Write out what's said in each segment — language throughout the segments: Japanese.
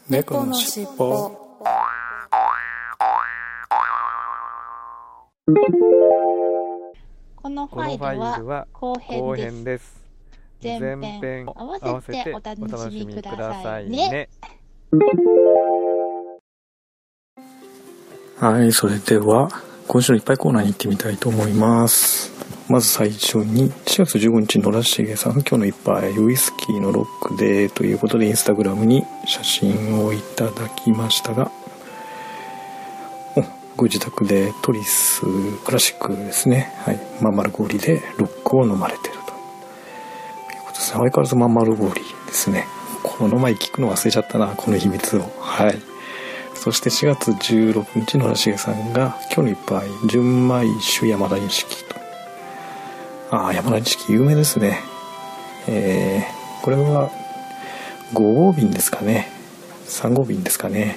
猫のしっぽ。 このファイルは後編です。前編合わせてお楽しみくださいね。 はい、それでは今週のいっぱいコーナーに行ってみたいと思います。まず最初に4月15日野良重さん、今日の一杯ウイスキーのロックでということでインスタグラムに写真をいただきましたが、ご自宅でトリスクラシックですね、はい、まん丸氷でロックを飲まれているということですね。相変わらずまん丸氷ですね。この前聞くの忘れちゃったな、この秘密を。はい。そして4月16日野良重さんが今日の一杯純米酒山田錦と。山田錦有名ですね。これは5合瓶ですかね、3合瓶ですかね。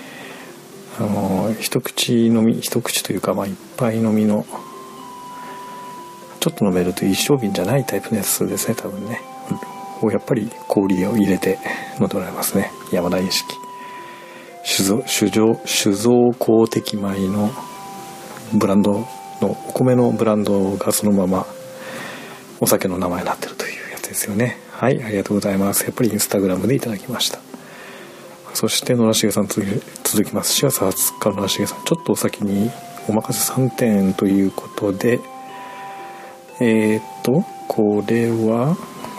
一口というか、一杯飲みのちょっと飲めるという一升瓶じゃないタイプのやつですね、多分ね。やっぱり氷を入れて飲んでおられますね。山田錦酒造公的米のブランドのお米のブランドがそのままお酒の名前になってるというやつですよね。はい、ありがとうございます。やっぱりインスタグラムでいただきました。そして野良重さん続きます。4月20日の野良重さん、ちょっとお先にお任せ3点ということで、これは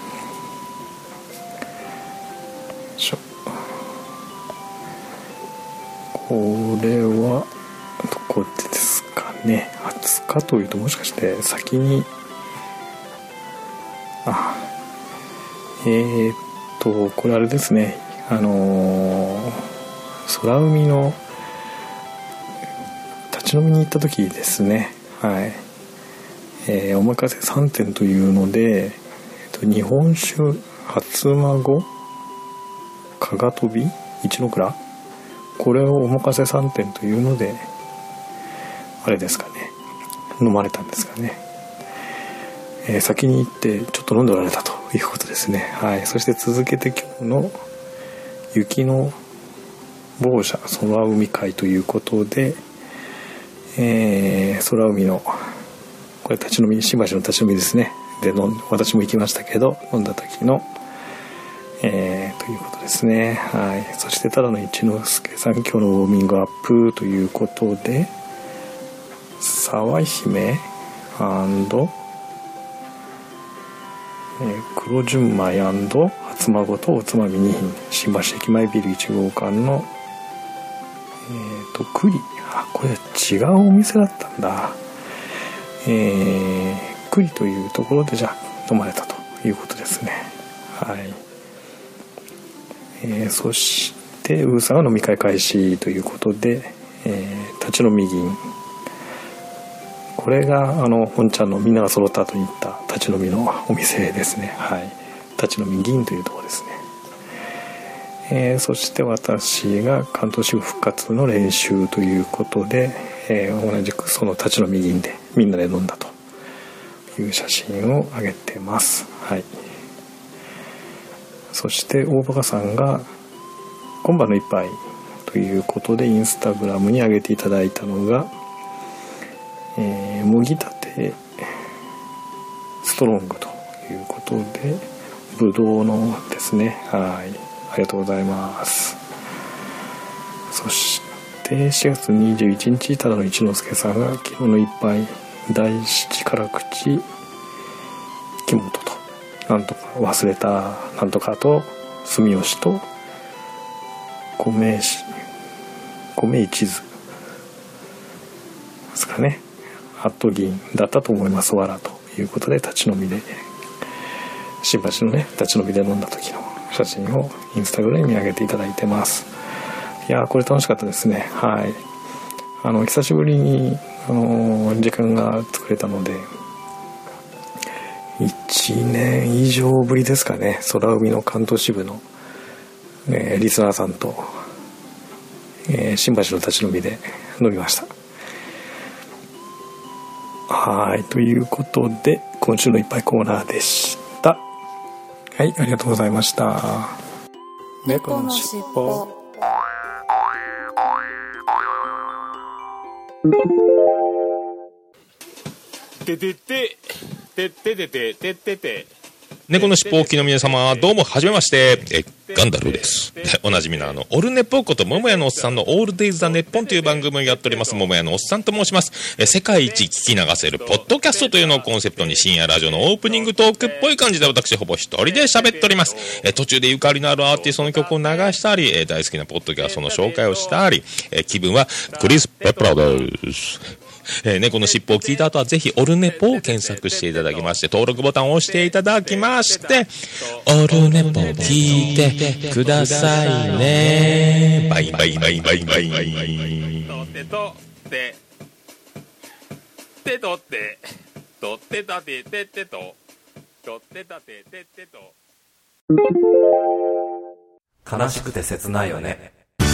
どこですかね。20日というともしかして先にこれあれですね、空海の立ち飲みに行った時ですね。はい、お任せ3点というので、日本酒初孫加賀飛び一の蔵、これをお任せ3点というのであれですかね、飲まれたんですかね。先に行ってちょっと飲んでおられたということですね。はい。そして続けて今日の雪の某社空海会ということで、空海のこれ立ち飲み、新橋の立ち飲みですね。で私も行きましたけど、飲んだ時のということですね。はい。そしてただの一之輔さん、今日のウォーミングアップということで、沢姫&黒純米&初孫とおつまみ2品、新橋駅前ビル1号館の栗、これ違うお店だったんだ。栗というところでじゃあ飲まれたということですね。はい。そしてウーさんが飲み会開始ということで、立ち飲み銀、これが本ちゃんのみんなが揃った後に行った立ち飲みのお店ですね。はい。立ち飲み銀というところですね。そして私が関東支部復活の練習ということで、同じくその立ち飲み銀でみんなで飲んだという写真を上げてます。はい。そして大バカさんが今晩の一杯ということでインスタグラムに上げていただいたのが、もぎたてストロングということでぶどうのですね。はい、ありがとうございます。そして4月21日ただの一之輔さんが昨日の一杯大七辛口木本となんとか忘れたなんとかと住吉と米一途ですかね、ハット銀だったと思います。わらということで立ち飲みで新橋のね立ち飲みで飲んだ時の写真をインスタグラムに上げていただいてます。いやー、これ楽しかったですね。はい。久しぶりに時間が作れたので1年以上ぶりですかね。空海の関東支部の、リスナーさんと、新橋の立ち飲みで飲みました。はい、ということで今週のいっぱいコーナーでした。はい、ありがとうございました。猫のしっぽ。 てててててててててて猫のしっぽおきの皆様、どうもはじめまして、ガンダルです。おなじみのオルネポこと桃屋のおっさんのオールデイズ・ザ・ネッポンという番組をやっております桃屋のおっさんと申します。世界一聞き流せるポッドキャストというのをコンセプトに深夜ラジオのオープニングトークっぽい感じで私ほぼ一人で喋っております。途中でゆかりのあるアーティストの曲を流したり、大好きなポッドキャストの紹介をしたり、気分はクリス・ペプラーです。猫のしっぽを聞いた後はぜひオルネポを検索していただきまして登録ボタンを押していただきましてオルネポ聞いてくださいね。バイバイバイバイバイバイ。 てとててとてとてたてててととてたてててと。 悲しくて切ないよね。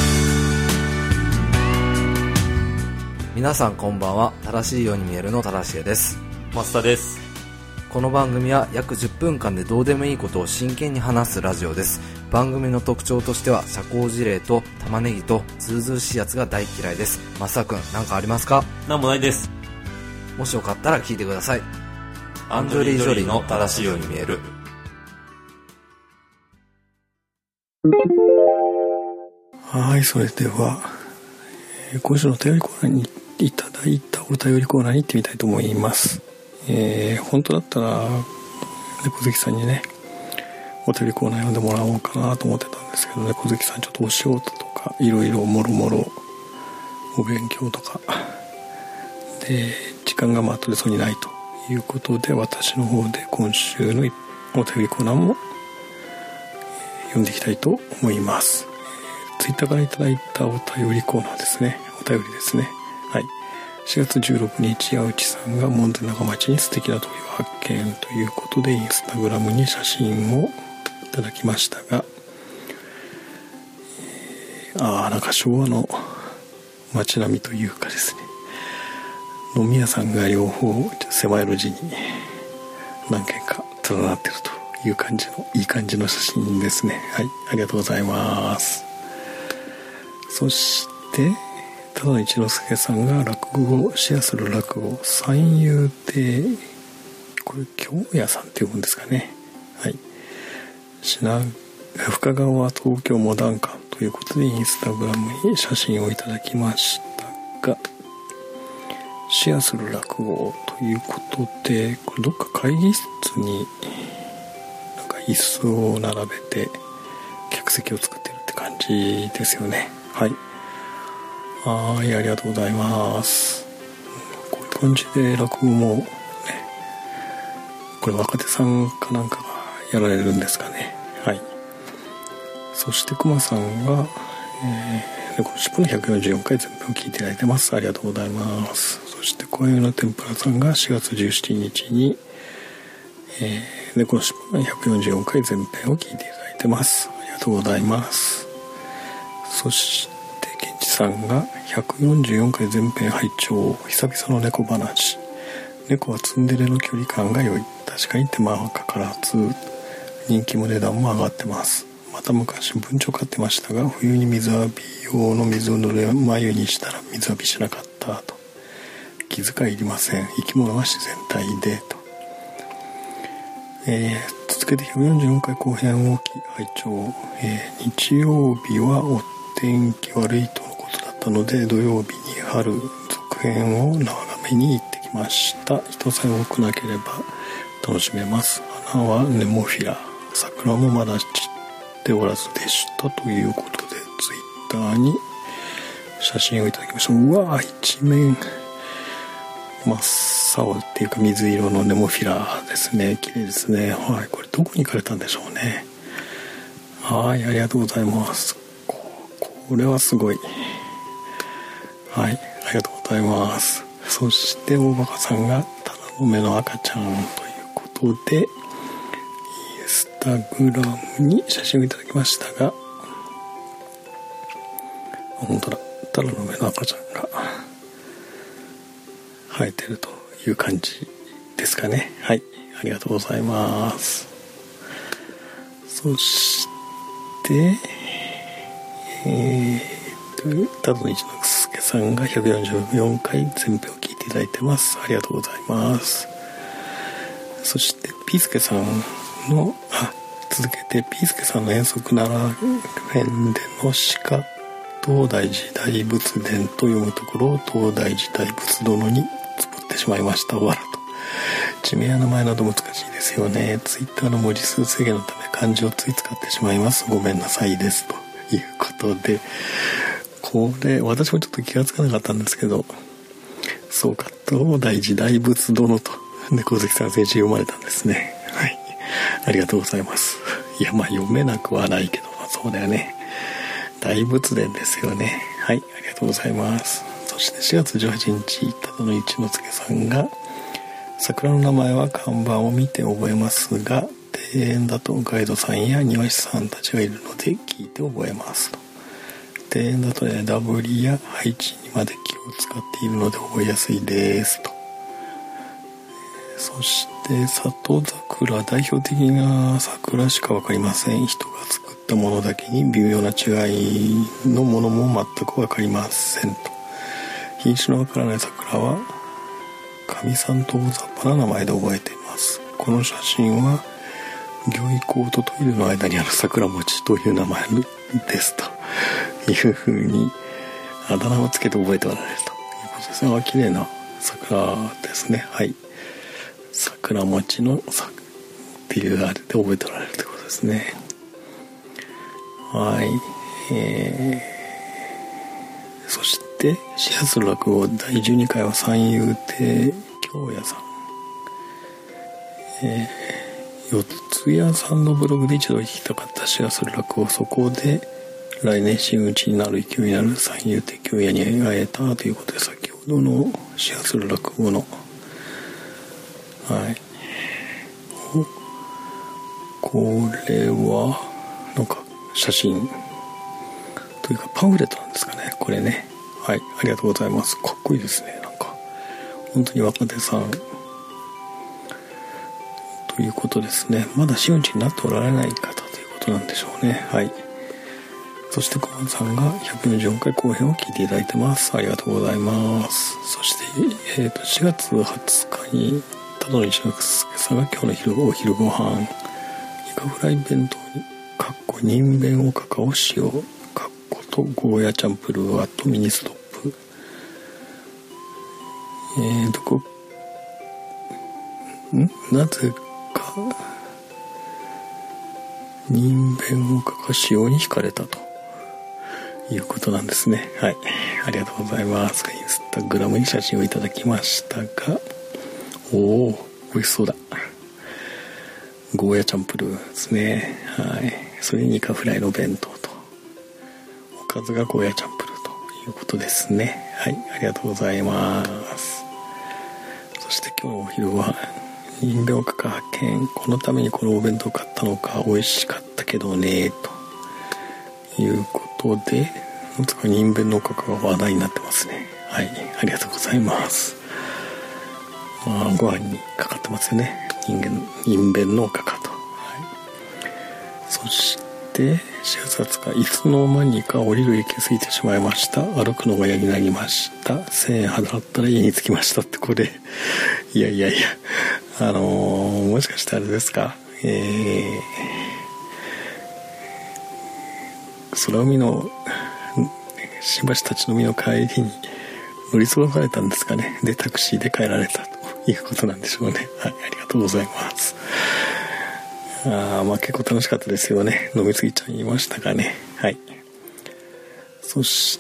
皆さんこんばんは。正しいように見えるの正しげです。 松田です。 この番組は約10分間でどうでもいいことを真剣に話すラジオです。番組の特徴としては社交辞令と玉ねぎとズうずうしいやつが大嫌いです。松田くん、何かありますか？ なんもないです。 もしよかったら聞いてください。 アンジョリー・ジョリーの正しいように見える。 はい、それでは、今週のお便りコーナーにいただいたお便りコーナーに行ってみたいと思います。本当だったら猫好きさんにねお便りコーナー読んでもらおうかなと思ってたんですけど、猫好きさんちょっとお仕事とかいろいろもろもろお勉強とかで時間が取れそうにないということで、私の方で今週のお便りコーナーも読んでいきたいと思います。ツイッターからいただいたお便りコーナーですね。お便りですね。はい。4月16日、矢内さんが門前仲町に素敵な鳥を発見ということでインスタグラムに写真をいただきましたが、なんか昭和の街並みというかですね、飲み屋さんが両方狭い路地に何軒か連なっているという感じのいい感じの写真ですね。はい、ありがとうございます。そしてただ一之輔さんが落語をシェアする落語三遊亭、これ京屋さんって呼ぶんですかね。はい、深川東京モダン館ということでインスタグラムに写真をいただきましたが、シェアする落語ということで、これどっか会議室になんか椅子を並べて客席を作ってるって感じですよね。はい、はい、ありがとうございます。こういう感じで落語もね、これ若手さんかなんかがやられるんですかね。はい。そして熊さんが、猫のしっぽの144回全編を聞いていただいてます。ありがとうございます。そして小湯の天ぷらさんが4月17日に、猫のしっぽの144回全編を聞いていただいてます。ありがとうございます。そしてケンチさんが144回全編拝聴、久々の猫話。猫はツンデレの距離感が良い。確かに手間はかからず人気も値段も上がってます。また昔文鳥飼ってましたが、冬に水浴び用の水をぬるま湯にしたら水浴びしなかったと。気遣いいりません。生き物は自然体でと。続けて144回後編を拝聴、日曜日はお天気悪いとのことだったので、土曜日に春続編を眺めに行ってきました。人さえ多くなければ楽しめます。花はネモフィラ、桜もまだ散っておらずでしたということで、ツイッターに写真をいただきました。うわー、一面真っ青っていうか水色のネモフィラですね。綺麗ですね。はい、これどこに行かれたんでしょうね。はい、ありがとうございます。これはすごい。はい、ありがとうございます。そして大バカさんがただの目の赤ちゃんということでインスタグラムに写真をいただきましたが、本当だ、ただの目の赤ちゃんが生えてるという感じですかね。はい、ありがとうございます。そしてただの一之輔ささんが144回全編を聞いていただいてます。ありがとうございます。そしてピースケさんの続けてピースケさんの遠足なら編での鹿東大寺大仏殿と読むところを東大寺大仏殿につぶってしまいました。わらと。地名や名前など難しいですよね。ツイッターの文字数制限のため漢字をつい使ってしまいます。ごめんなさいですということで、これ私もちょっと気がつかなかったんですけど、そうか、東大寺大仏殿と猫好きさん先週読まれたんですね。はい、ありがとうございます。いや、読めなくはないけど、そうだよね、大仏殿ですよね。はい、ありがとうございます。そして4月18日ただの一之輔さんが、桜の名前は看板を見て覚えますが、庭園だとガイドさんや庭師さんたちがいるので聞いて覚えますと。庭園だと枝ぶりや配置にまで気を使っているので覚えやすいですと。そして里桜、代表的な桜しか分かりません。人が作ったものだけに微妙な違いのものも全く分かりませんと。品種の分からない桜は上三と大雑把な名前で覚えています。この写真は魚意港とトイレの間にある桜餅という名前ですというふうにあだ名をつけて覚えておられるということですね。綺麗な桜ですね。はい、桜餅のっていうあれで覚えておられるということですね。はい、そしてシェアする落語第12回は三遊亭京也さん、四谷さんのブログで一度聞きたかったシェアする落語、そこで来年真打ちになる勢いになる三遊亭京也に会えたということで、先ほどのシェアする落語のこれはなんか写真というかパンフレットなんですかね、これね。はい、ありがとうございます。かっこいいですね。なんか本当に若手さんということですね。まだ真打ちになっておられない方ということなんでしょうね。はい。そして小松さんが144回後編を聞いていただいてます。ありがとうございます。そして、4月20日にただの一之輔さんが今日のお昼ご飯イカフライ弁当に人弁おかかを使用とゴーヤチャンプルーあとミニストップ、なぜか人弁おかか使用に惹かれたということなんですね。はい、ありがとうございます。インスタグラムに写真をいただきましたが、おー、美味しそうだ。ゴーヤチャンプルーですね。はい、それにイカフライの弁当とおかずがゴーヤチャンプルーということですね。はい、ありがとうございます。そして今日のお昼ご飯、人弁おかか発見。このためにこのお弁当を買ったのか、美味しかったけどねということで、人弁のおかかが話題になってますね。はい、ありがとうございます。ご飯にかかってますよね、人弁のおかかと。はい、そして4月20日、いつの間にか降りる駅過ぎてしまいました。歩くのが嫌になりました。1000円払ったら家に着きましたって。これいやもしかしてあれですか、空海の新橋立ち飲みの帰りに乗り過ごされたんですかね。でタクシーで帰られたということなんでしょうね。はい、ありがとうございます。結構楽しかったですよね。飲み過ぎちゃいましたかね。はい。そして、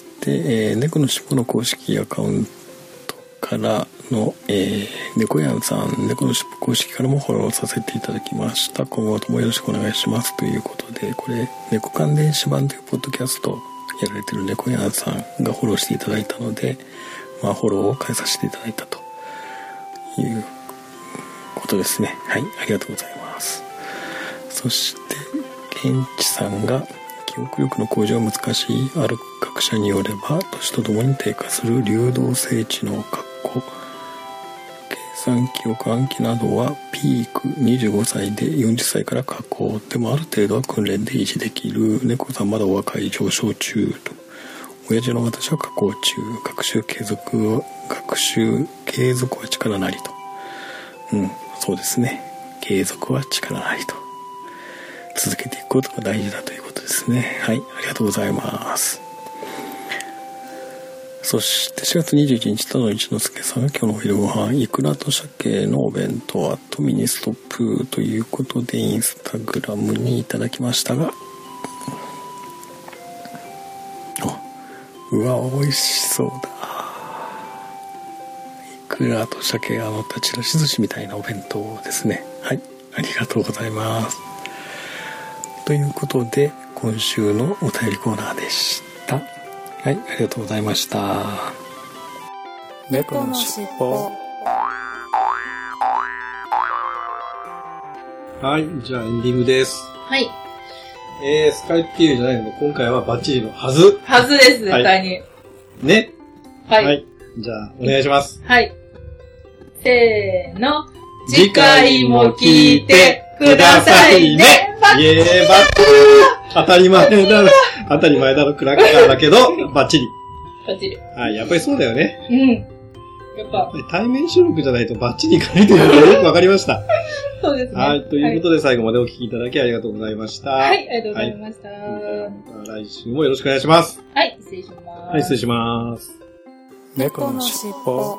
猫のしっぽの公式アカウントからの、猫やんさん、猫のしっぽ公式からもフォローさせていただきました。今後ともよろしくお願いしますということで、これ猫関電子版というポッドキャストやられてる猫やんさんがフォローしていただいたので、フォローを返させていただいたということですね。はい、ありがとうございます。そして現地さんが、記憶力の向上は難しい。ある学者によれば年とともに低下する流動性知能計算記憶暗記などはピーク25歳で40歳から下降。でもある程度は訓練で維持できる。猫さんまだお若い、上昇中と。 親父の私は下校中、学習継続は力なりと。そうですね。継続は力なりと。続けていくことが大事だということですね。はい、ありがとうございます。そして4月21日、田野一之輔さんが今日のお昼ご飯、イクラと鮭のお弁当とミニストップということでインスタグラムにいただきましたが、うわ、美味しそうだ。イクラと鮭が乗ったちらし寿司みたいなお弁当ですね。はい、ありがとうございます。ということで今週のお便りコーナーでした。はい、ありがとうございました。猫のしっぽ。はい、じゃあエンディングです。 はい。 スカイピーじゃないので今回はバッチリのはず。 はずです、絶対に。 ね。 はい。 はい。じゃあお願いします。 はい。せーの。次回も聞いてくださいね。 イエーイ、バッチリ。当たり前だろ、クラッカーだけど、バッチリ。 バッチリ。 はい、やっぱりそうだよね。 やっぱ。 対面収録じゃないとバッチリいかないというのがよくわかりました。 そうですね。 はい、ということで最後までお聞きいただきありがとうございました。 はい、ありがとうございました。 また来週もよろしくお願いします。 はい、失礼します。 はい、失礼します。 猫のしっぽ。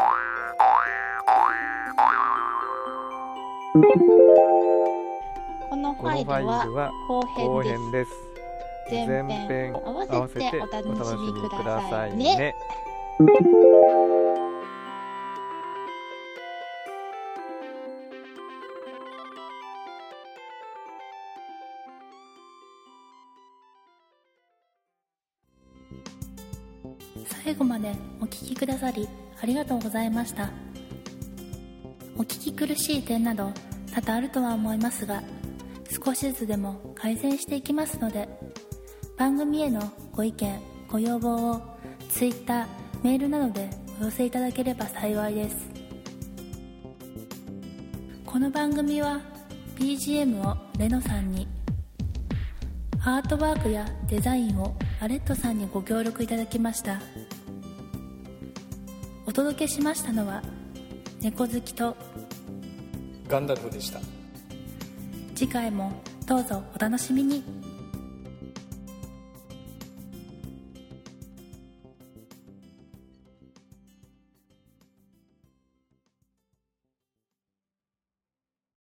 このファイルは後編です。前編合わせてお楽しみくださいね。 最後までお聞きくださりありがとうございました。お聞き苦しい点など多々あるとは思いますが、少しずつでも改善していきますので、番組へのご意見ご要望を Twitter、メールなどでお寄せいただければ幸いです。この番組は BGM をレノさんに、アートワークやデザインをアレットさんにご協力いただきました。お届けしましたのは猫好きとガンダルフでした。 次回もどうぞお楽しみに。